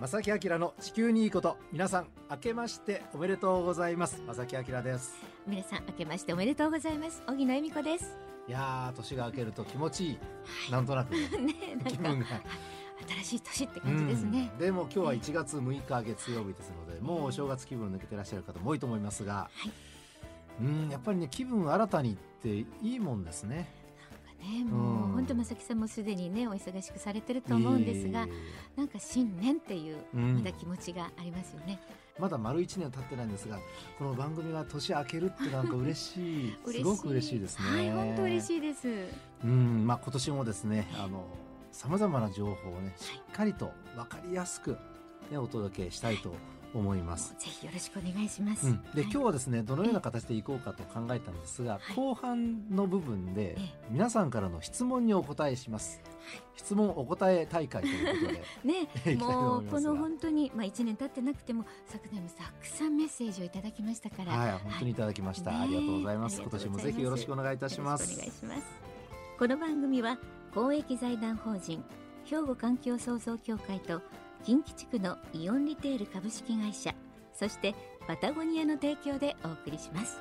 正木明の地球にいいこと。皆さん明けましておめでとうございます。正木明です。 皆さん明けましておめでとうございます。荻野恵美子です。 いやー、年が明けると気持ちいい、はい、なんとなく、ね、 なんか気分が新しい年って感じですね。 でも今日は1月6日月曜日ですので、もうお正月気分抜けてらっしゃる方も多いと思いますが、やっぱりね、気分新たにっていいもんですね。 もう本当正木さんもすでにねお忙しくされてると思うんですが、なんか新年っていうまだ気持ちがありますよね。 まだ丸1年経ってないんですが、この番組が年明けるってなんか嬉しいすごく嬉しいですね。 はい、本当嬉しいです。 今年もですね、さまざまな情報をねしっかりと分かりやすく、ね、お届けしたいと思います。 ぜひよろしくお願いします。 で、今日はですね、どのような形でいこうかと考えたんですが、後半の部分で皆さんからの質問にお答えします。質問お答え大会ということでねもうこの本当に、1年経ってなくても昨年もたくさんメッセージをいただきましたから、 本当にいただきました、ありがとうございます。今年もぜひよろしくお願いいたします。 お願いします。この番組は公益財団法人兵庫環境創造協会と近畿地区のイオンリテール株式会社、そしてパタゴニアの提供でお送りします。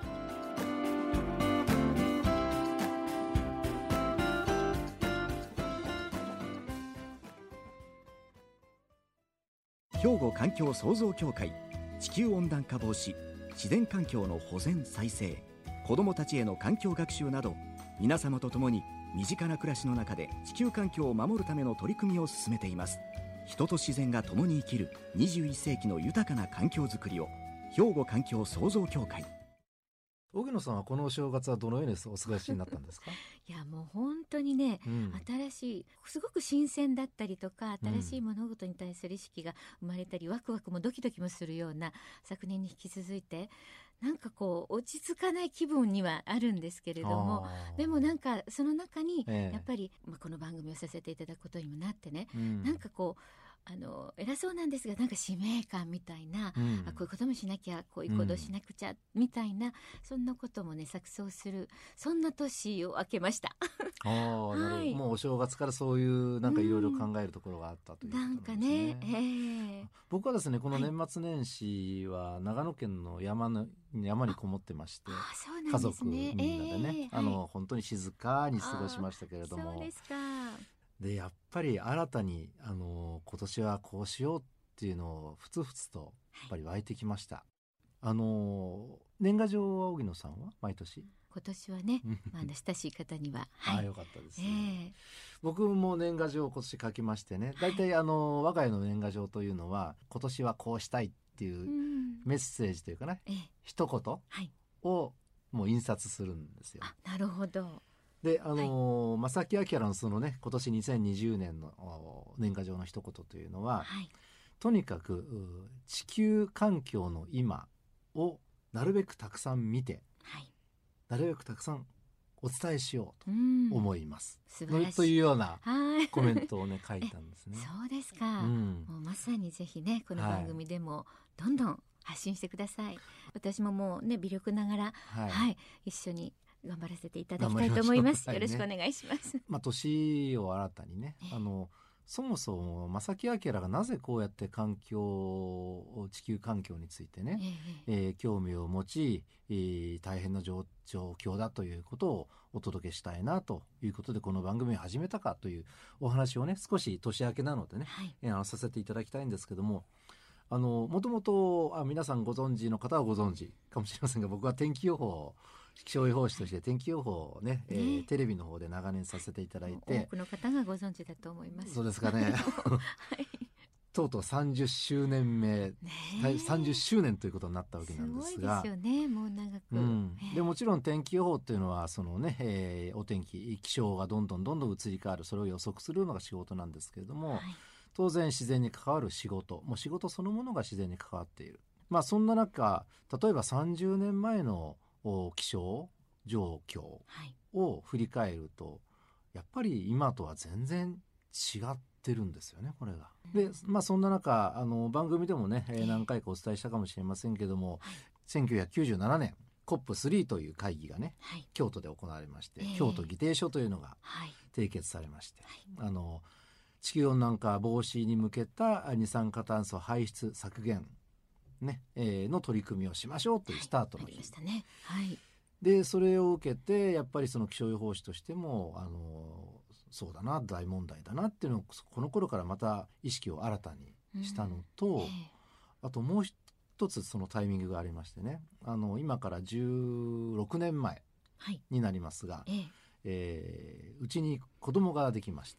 兵庫環境創造協会、地球温暖化防止、自然環境の保全再生、子どもたちへの環境学習など、皆様と共に身近な暮らしの中で地球環境を守るための取り組みを進めています。人と自然が共に生きる21世紀の豊かな環境づくりを、兵庫環境創造協会。 荻野さんはこのお正月はどのようにお過ごしになったんですか？ いやもう本当にね、新しいすごく新鮮だったりとか、新しい物事に対する意識が生まれたり、ワクワクもドキドキもするような昨年に引き続いて、なんかこう落ち着かない気分にはあるんですけれども、でもなんかその中にやっぱり、この番組をさせていただくことにもなってね、なんかこう偉そうなんですが、なんか使命感みたいな、こういうこともしなきゃ、こういう行動しなくちゃ、みたいな、そんなこともね錯綜する、そんな年を明けましたなるほど。もうお正月からそういうなんかいろいろ考えるところがあったということなんですね。 なんかね、 僕はですね、この年末年始は長野県の山にこもってまして、家族みんなでね、本当に静かに過ごしましたけれども。 そうですか。 でやっぱり新たに今年はこうしようっていうのをふつふつとやっぱり湧いてきました。年賀状は荻野さんは毎年？ 今年はね、親しい方には、 よかったです、僕も年賀状を今年書きましてね、だいたい我が家の年賀状というのは今年はこうしたいっていうメッセージというかね、一言をもう印刷するんですよ。 なるほど。 で正木明のそのね、今年2020年の年賀状の一言というのは、とにかく地球環境の今をなるべくたくさん見て、なるべくたくさんお伝えしようと思います、というようなコメントをね書いたんですね。 そうですか、もうまさにぜひね、この番組でもどんどん発信してください。私ももうね、微力ながら、一緒に頑張らせていただきたいと思います。よろしくお願いします。 年を新たにね、そもそも正木明がなぜこうやって地球環境についてね、興味を持ち、大変な状況だということをお届けしたいなということで、この番組を始めたかというお話をね、少し年明けなのでね、させていただきたいんですけども、もともと皆さんご存知の方はご存知かもしれませんが、僕は気象予報士として天気予報をね、テレビの方で長年させていただいて、 多くの方がご存知だと思います。 そうですかねとうとう30周年目、30周年ということになったわけなんですが、 すごいですよね、もう長く、 でもちろん天気予報っていうのはそのね、お天気気象がどんどん移り変わる、それを予測するのが仕事なんですけれども、当然自然に関わる仕事、もう仕事そのものが自然に関わっている。そんな中、例えば30年前の気象状況を振り返ると、やっぱり今とは全然違ってるんですよね、これが。で、そんな中番組でもね、何回かお伝えしたかもしれませんけども、1997年 COP3 という会議がね、京都で行われまして、京都議定書というのが締結されまして、 地球温暖化防止に向けた二酸化炭素排出削減、ねの取り組みをしましょうというスタートの日、 ありましたね。はい。 でそれを受けてやっぱりその気象予報士としてもそうだな、大問題だなっていうのをこの頃からまた意識を新たにしたのと、あともう一つそのタイミングがありましてね、今から16年前になりますが、うちに子供ができまして、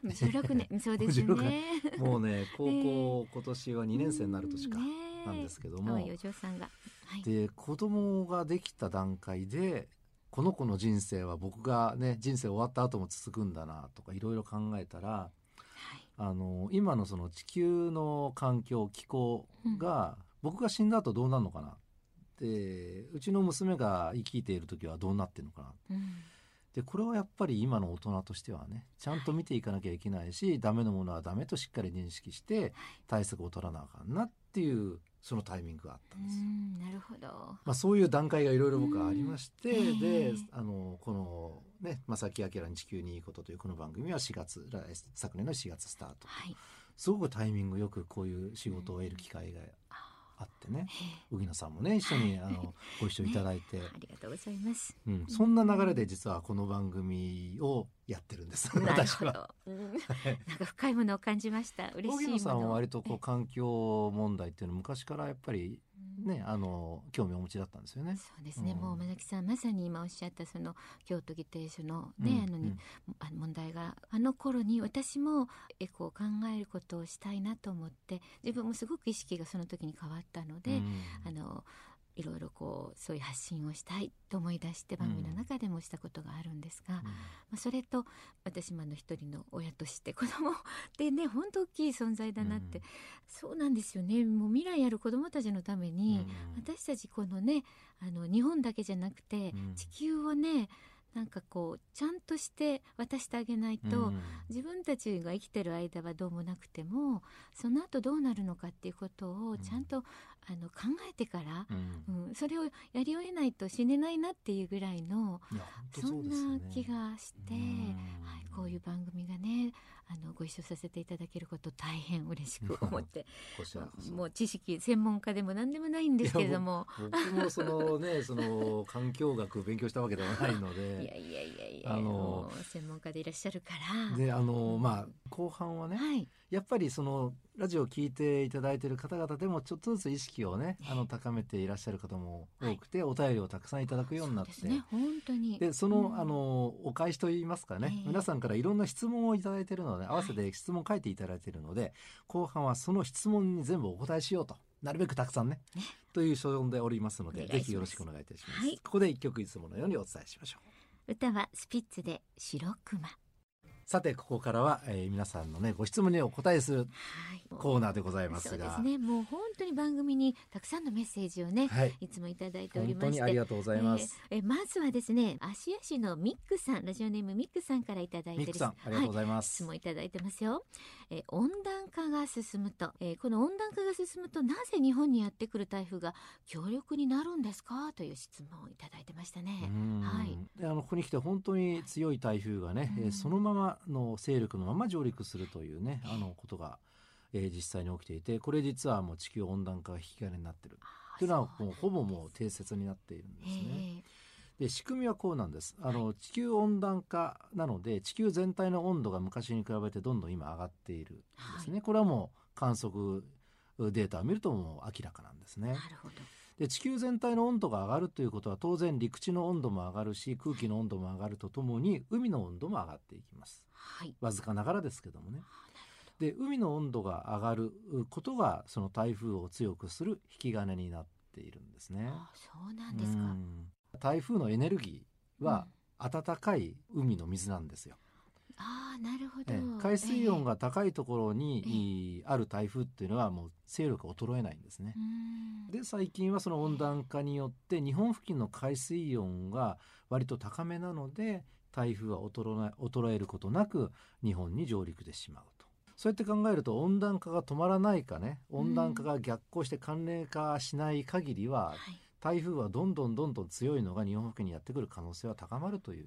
16年そうですね。 もうね高校、今年は2年生になる年かなんですけども、 お嬢さんが、 で子供ができた段階でこの子の人生は僕がね人生終わった後も続くんだなとかいろいろ考えたら、今のその地球の環境気候が、僕が死んだ後どうなるのかな、でうちの娘が生きている時はどうなってるのかな、でこれはやっぱり今の大人としてはねちゃんと見ていかなきゃいけないし、ダメなものはダメとしっかり認識して対策を取らなあかんなっていうそのタイミングがあったんですよ。 なるほど。 そういう段階がいろいろ僕はありまして、でこのね正木明に地球にいいことというこの番組は昨年の4月スタート、すごくタイミングよくこういう仕事を得る機会があってね、荻野さんもね一緒にご一緒いただいて、 ありがとうございます、 そんな流れで実はこの番組をやってるんです。 なるほど、なんか深いものを感じました。嬉しいもの。 荻野さんは割と環境問題っていうのは昔からやっぱりね、興味をお持ちだったんですよね。 そうですね、もう正木さんまさに今おっしゃったその京都議定書のね、問題があの頃に私もエコを考えることをしたいなと思って、自分もすごく意識がその時に変わったので、いろいろこうそういう発信をしたいと思い出して番組の中でもしたことがあるんですが、それと私も一人の親として子供ってね本当大きい存在だなって、そうなんですよね。もう未来ある子供たちのために、私たちこのね日本だけじゃなくて、地球をねなんかこうちゃんとして渡してあげないと、自分たちが生きてる間はどうもなくてもその後どうなるのかっていうことをちゃんと、考えてから、それをやり終えないと死ねないなっていうぐらいの、そんな気がして、こういう番組がねご一緒させていただけること大変嬉しく思ってもう知識専門家でも何でもないんですけれども、 僕もその環境学勉強したわけではないのでいや専門家でいらっしゃるからで後半はね、やっぱりそのラジオを聞いていただいている方々でもちょっとずつ意識をね高めていらっしゃる方も多くて、お便りをたくさんいただくようになって、 そうですね、本当にでその、お返しといいますかね、皆さんからいろんな質問をいただいているので、合わせて質問を書いていただいているので、後半はその質問に全部お答えしようと、なるべくたくさんねという所存でおりますので、ぜひよろしくお願いいたします。ここで一曲いつものようにお伝えしましょう。歌はスピッツで白熊。 さてここからは、皆さんのねご質問にお答えするコーナーでございますが、 そうですね、もう本当に番組にたくさんのメッセージをね、いつもいただいておりまして、 本当にありがとうございます。 まずはですね、芦屋市のミックさん、ラジオネームミックさんからいただいてミックさんありがとうございます。 質問いただいてますよ。温暖化が進むと、この温暖化が進むとなぜ日本にやってくる台風が強力になるんですかという質問をいただいてましたね。 でここに来て本当に強い台風がね、そのままの勢力のまま上陸するというねことが、実際に起きていて、これ実はもう地球温暖化が引き金になっているというのはもうほぼもう定説になっているんですね。で仕組みはこうなんです。地球温暖化なので地球全体の温度が昔に比べてどんどん今上がっているんですね。これはもう観測データを見るともう明らかなんですね。 なるほど。 で地球全体の温度が上がるということは当然陸地の温度も上がるし、空気の温度も上がるとともに海の温度も上がっていきます。わずかながらですけどもね。で海の温度が上がることがその台風を強くする引き金になっているんですね。 そうなんですか。 台風のエネルギーは温かい海の水なんですよ。 なるほど。 海水温が高いところにある台風っていうのはもう勢力が衰えないんですね。で最近はその温暖化によって日本付近の海水温が割と高めなので台風は衰えることなく日本に上陸でしまうと。そうやって考えると温暖化が止まらないかね、温暖化が逆行して寒冷化しない限りは、台風はどんどん強いのが日本付近にやってくる可能性は高まるという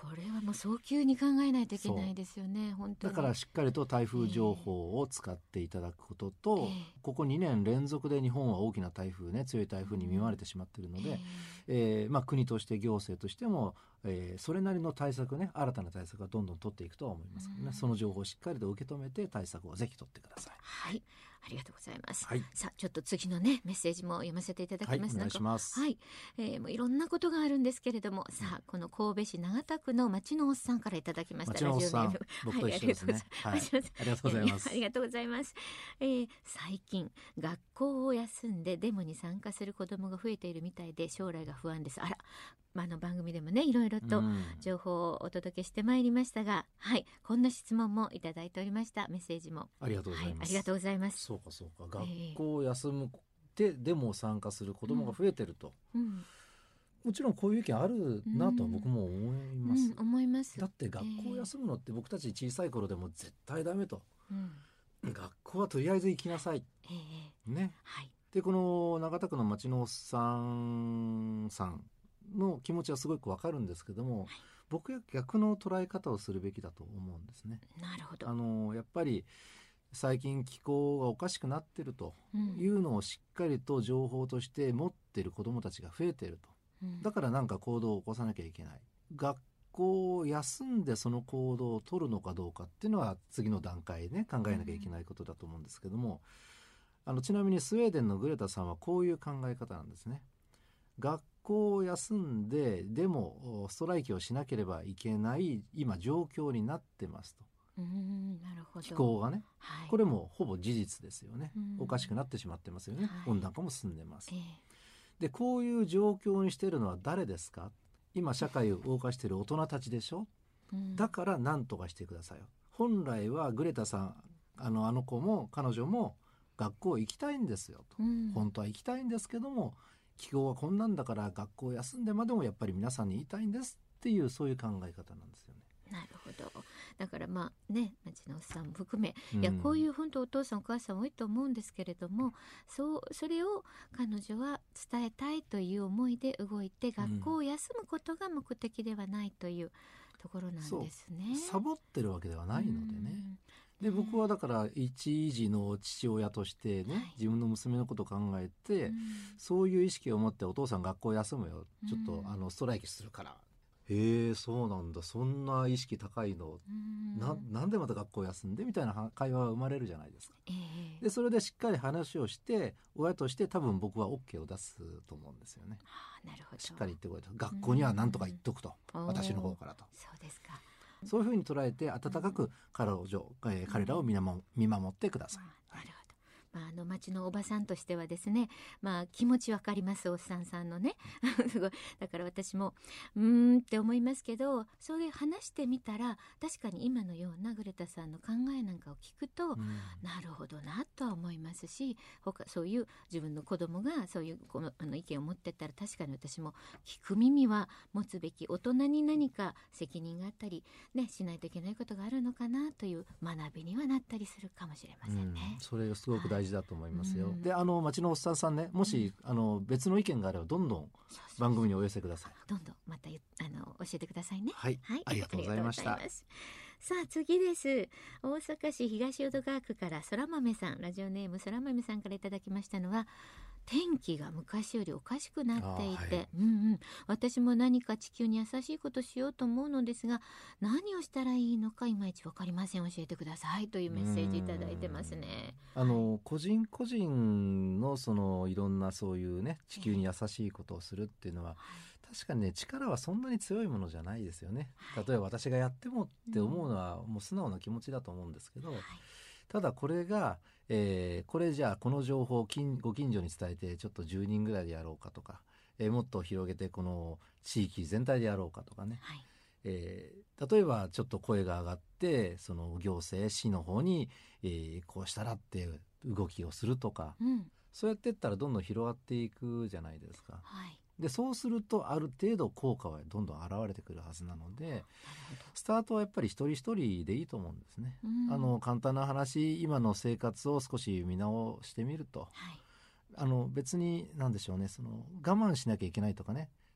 れはもう早急に考えないといけないですよね。本当にだからしっかりと台風情報を使っていただくことと、ここ2年連続で日本は大きな台風ね、強い台風に見舞われてしまっているので、国として行政としても、それなりの対策ね、新たな対策がどんどん取っていくとは思いますけどね、その情報をしっかりと受け止めて対策をぜひ取ってください。 はい、ありがとうございます、 はい、 さあちょっと次のねメッセージも読ませていただきます。 お願いします。 はい、もういろんなことがあるんですけれども、さあこの神戸市長田区の町のおっさんからいただきました。 町のおっさん、僕と一緒ですね。はい、ありがとうございます。 ありがとうございます。最近学校を休んでデモに参加する子どもが増えているみたいで将来が不安です。番組でもねいろいろと情報をお届けしてまいりましたが、はい、こんな質問もいただいておりました。メッセージもありがとうございます。 ありがとうございます。 そうか学校を休むでデモを参加する子どもが増えてると、もちろんこういう意見あるなとは僕も思います、 思います。 だって学校を休むのって僕たち小さい頃でも絶対ダメと、学校はとりあえず行きなさい、ね、はい、でこの長田区の町のおっさんの気持ちはすごくわかるんですけども、はい、僕は逆の捉え方をするべきだと思うんですね。 なるほど。 やっぱり最近気候がおかしくなってるというのをしっかりと情報として持っている子どもたちが増えていると、だからなんか行動を起こさなきゃいけない。学校を休んでその行動を取るのかどうかっていうのは次の段階ね考えなきゃいけないことだと思うんですけども、ちなみにスウェーデンのグレタさんはこういう考え方なんですね。学校を休んででもストライキをしなければいけない今状況になってますと。 なるほど。 気候がね、 はい、 これもほぼ事実ですよね。おかしくなってしまってますよね、はい、温暖化も進んでます、でこういう状況にしているのは誰ですか。今社会を動かしている大人たちでしょ、だから何とかしてくださいよ。本来はグレタさんあの子も彼女も学校行きたいんですよと、本当は行きたいんですけども気候はこんなんだから学校を休んでまでもやっぱり皆さんに言いたいんですっていうそういう考え方なんですよね。 なるほど。だから町のおっさんも含め、いやこういう本当お父さんお母さん多いと思うんですけれども、それを彼女は伝えたいという思いで動いて学校を休むことが目的ではないというところなんですね。 サボってるわけではないのでね。で僕はだから一児の父親としてね、はい、自分の娘のことを考えて、そういう意識を持ってお父さん学校休むよ、ちょっとストライキするから、そうなんだ、そんな意識高いの、なんでまた学校休んでみたいな会話が生まれるじゃないですか、でそれでしっかり話をして親として多分僕は OK を出すと思うんですよね。 なるほど。 しっかり言ってこいと、学校には何とか言っとくと、私の方からと。 そうですか。 そういうふうに捉えて温かく彼らを見守ってください。 なるほど。町のおばさんとしてはですね、気持ちわかります、おっさんさんのねすごい。だから私もって思いますけど、それ話してみたら確かに今のようなグレタさんの考えなんかを聞くと、なるほどなとは思いますし、そういう自分の子供がそういう意見を持ってったら確かに私も聞く耳は持つべき、大人に何か責任があったり、ね、しないといけないことがあるのかなという学びにはなったりするかもしれませんね。 それがすごく大事だと思いますよ。で町のおっさんさんね、もし別の意見があればどんどん番組にお寄せください。 どんどんまた教えてくださいね。 はい、ありがとうございました。 さあ次です。大阪市東淀川区から空豆さん、ラジオネーム空豆さんからいただきましたのは、天気が昔よりおかしくなっていて、私も何か地球に優しいことしようと思うのですが、何をしたらいいのかいまいち分かりません、教えてくださいというメッセージいただいてますね。 個人個人のいろんなそういうね地球に優しいことをするっていうのは、確かにね力はそんなに強いものじゃないですよね。例えば私がやってもって思うのはもう素直な気持ちだと思うんですけど、ただこれが、これじゃあこの情報をご近所に伝えてちょっと10人ぐらいでやろうかとか、もっと広げてこの地域全体でやろうかとかね、例えばちょっと声が上がってその行政市の方に、こうしたらっていう動きをするとか、そうやっていったらどんどん広がっていくじゃないですか。でそうするとある程度効果はどんどん現れてくるはずなので、スタートはやっぱり一人一人でいいと思うんですね。簡単な話、今の生活を少し見直してみると、別に何でしょうね、我慢しなきゃいけないとかね、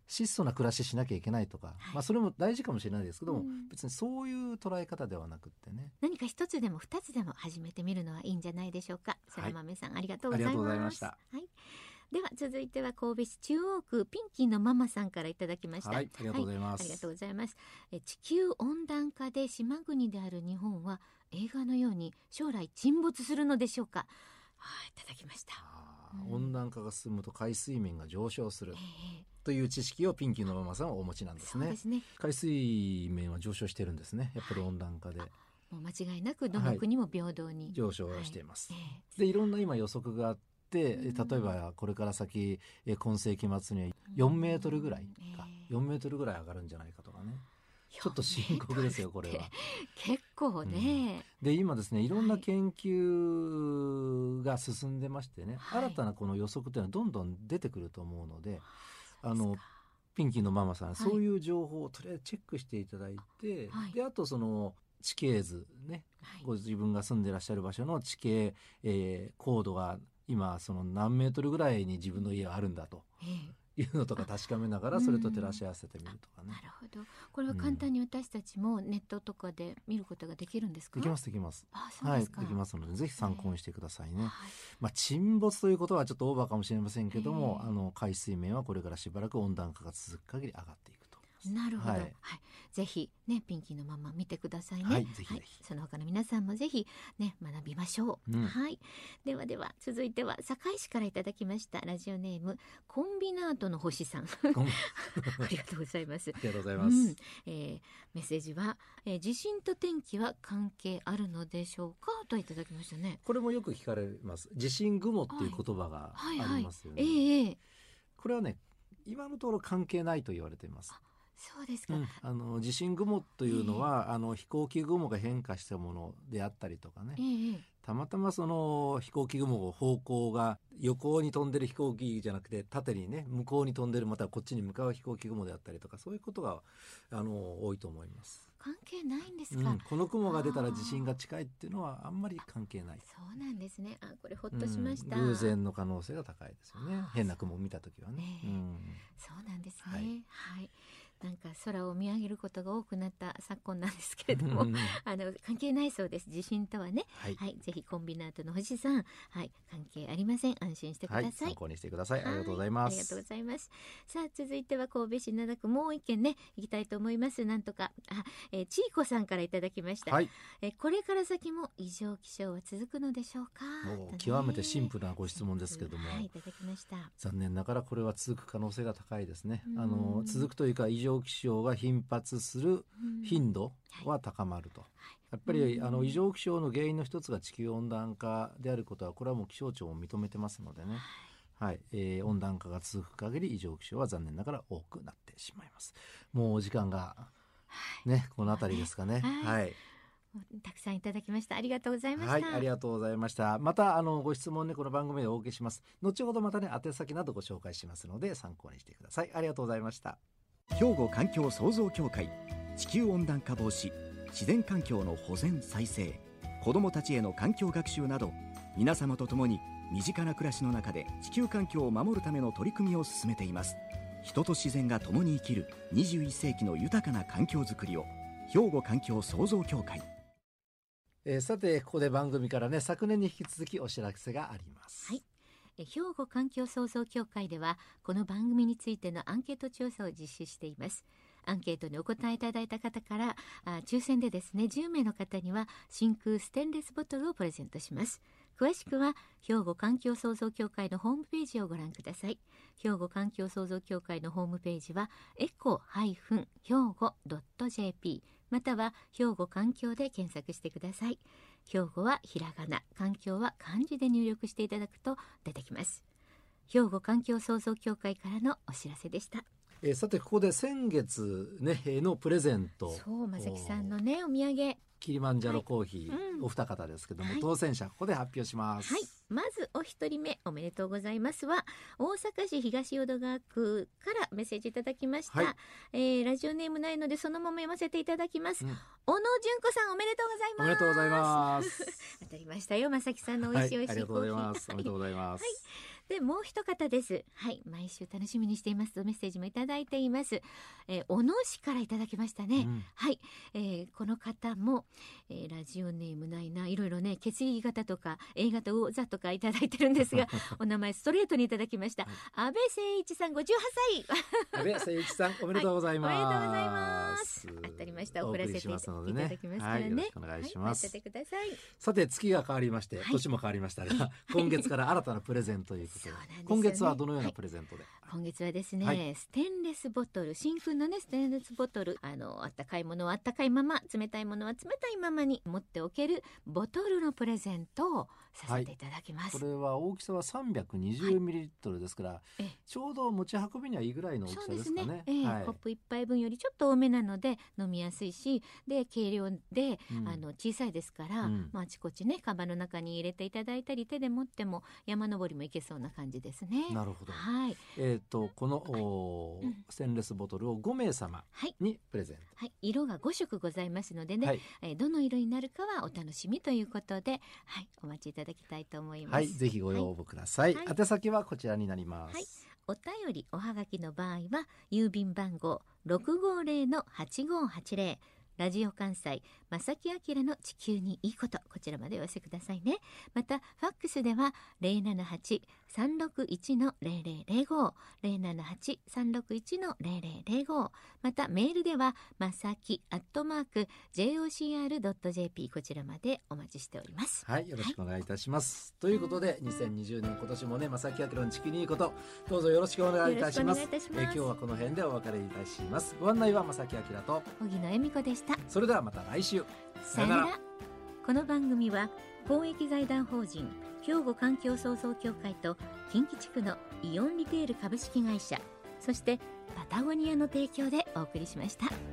質素な暮らししなきゃいけないとか、それも大事かもしれないですけども、別にそういう捉え方ではなくってね、 何か一つでも二つでも始めてみるのはいいんじゃないでしょうか。そら豆さん、ありがとうございます。 ありがとうございました。 はい、では続いては神戸市中央区ピンキーのママさんからいただきました。 はい、ありがとうございます。 ありがとうございます。地球温暖化で島国である日本は映画のように将来沈没するのでしょうか。いただきました。 温暖化が進むと海水面が上昇する、という知識をピンキーのママさんはお持ちなんですね。 そうですね。 海水面は上昇してるんですね。やっぱり温暖化で、 もう間違いなくどの国も平等に、 上昇しています。でいろんな今予測があって、例えばこれから先今世紀末には4メートルぐらいか、4メートルぐらい上がるんじゃないかとかね。ちょっと深刻ですよこれは。 結構ね、 で今ですねいろんな研究が進んでましてね、新たなこの予測というのはどんどん出てくると思うので、ピンキーのママさん、そういう情報をとりあえずチェックしていただいて、であとその地形図ね、ご自分が住んでらっしゃる場所の地形、高度が今その何メートルぐらいに自分の家があるんだというのとか確かめながらそれと照らし合わせてみるとかね。 なるほど。これは簡単に私たちもネットとかで見ることができるんですか？ できますできます。 そうですか。 できますのでぜひ参考にしてくださいね。沈没ということはちょっとオーバーかもしれませんけども、海水面はこれからしばらく温暖化が続く限り上がっていくと。 なるほど、ぜひねピンキーのママ見てくださいね。 ぜひぜひ、 その他の皆さんもぜひね学びましょう。ではでは続いては堺市からいただきましたラジオネームコンビナートの星さんありがとうございます。 ありがとうございます。 メッセージは、地震と天気は関係あるのでしょうかといただきましたね。 これもよく聞かれます。地震雲っていう言葉がありますよね。これはね今のところ関係ないと言われています。 そうですか。 地震雲というのは、飛行機雲が変化したものであったりとかね、たまたまその飛行機雲の方向が横に飛んでる飛行機じゃなくて縦にね向こうに飛んでるまたはこっちに向かう飛行機雲であったりとか、そういうことが多いと思います。 関係ないんですか？ この雲が出たら地震が近いっていうのはあんまり関係ない。 そうなんですね。これほっとしました。 偶然の可能性が高いですよね。変な雲を見たときはね。 そうなんですね。なんか空を見上げることが多くなった昨今なんですけれども関係ないそうです。地震とはね。ぜひコンビナートの星さん、関係ありません。安心してください。 参考にしてください。ありがとうございます。 ありがとうございます。さあ続いては神戸市灘区もう一件ね行きたいと思います。なんとかちいこさんからいただきました。これから先も異常気象は続くのでしょうか？ もう極めてシンプルなご質問ですけども、 いただきました。残念ながらこれは続く可能性が高いですね。続くというか異常気象が頻発する頻度は高まると。やっぱり異常気象の原因の一つが地球温暖化であることはこれはもう気象庁も認めてますのでね。温暖化が続く限り異常気象は残念ながら多くなってしまいます。もうお時間がねこのあたりですかね。 たくさんいただきました。ありがとうございました。 ありがとうございました。またご質問ねこの番組でお受けします。後ほどまたね宛先などご紹介しますので参考にしてください。ありがとうございました。 兵庫環境創造協会、地球温暖化防止、自然環境の保全再生、子どもたちへの環境学習など、皆様と共に身近な暮らしの中で地球環境を守るための取り組みを進めています。人と自然が共に生きる21世紀の豊かな環境づくりを、兵庫環境創造協会。 さてここで番組からね昨年に引き続きお知らせがあります。 兵庫環境創造協会ではこの番組についてのアンケート調査を実施しています。アンケートにお答えいただいた方から抽選でですね10名の方には真空ステンレスボトルをプレゼントします。詳しくは兵庫環境創造協会のホームページをご覧ください。兵庫環境創造協会のホームページはeco-hyogo.jp または兵庫環境で検索してください。兵庫はひらがな、環境は漢字で入力していただくと出てきます。兵庫環境創造協会からのお知らせでした。 さてここで先月、ね、のプレゼント、 そう正木さんのねお土産キリマンジャロコーヒー、お二方ですけども、当選者ここで発表します。 まずお一人目おめでとうございますは大阪市東淀川区からメッセージいただきました。ラジオネームないのでそのまま読ませていただきます。小野純子さんおめでとうございます。 おめでとうございます。 当たりましたよ正木さんの美味しい美味しいコーヒー、 ありがとうございます。おめでとうございます。 でもう一方です。はい、毎週楽しみにしていますとメッセージもいただいています。小野市からいただきましたね。はい、この方も、ラジオネームないな、いろいろね血液型とか A 型 O 座とかいただいてるんですがお名前ストレートにいただきました。安倍誠一さん58歳。 安倍誠一さんおめでとうございます。 おめでとうございます。当たりました。送らせていただきますからね。 よろしくお願いします。 待っててください。 さて月が変わりまして年も変わりましたが、今月から新たなプレゼントということで、今月はどのようなプレゼントで？ 今月はですね、ステンレスボトル、真空のねステンレスボトル、あったかいものはあったかいまま、冷たいものは冷たいままに持っておけるボトルのプレゼントをさせていただきます。 これは大きさは320ミリリットルですから、ちょうど持ち運びにはいいぐらいの大きさですかね。 コップ1杯分よりちょっと多めなので飲みやすいし、で軽量で、小さいですから、あちこちねカバンの中に入れていただいたり、手で持っても山登りもいけそうな感じですね。 なるほど。この、ステンレスボトルを5名様にプレゼント。 色が5色ございますのでね、どの色になるかはお楽しみということで、お待ちいただきたいと思います。 ぜひご応募ください。宛先はこちらになります。 お便りおはがきの場合は郵便番号 650-8580、ラジオ関西正木明の地球にいいこと、こちらまでお寄せくださいね。またファックスでは 078-361-0005 078-361-0005、またメールではまさき@jocr.jp、 こちらまでお待ちしております。 よろしくお願いいたします。ということで2020年今年もね正木明の地球にいいこと、どうぞよろしくお願いいたします。今日はこの辺でお別れいたします。ご案内は正木明と荻野恵美子でした。 それではまた来週、 さよなら。この番組は公益財団法人兵庫環境創造協会と近畿地区のイオンリテール株式会社、そしてパタゴニアの提供でお送りしました。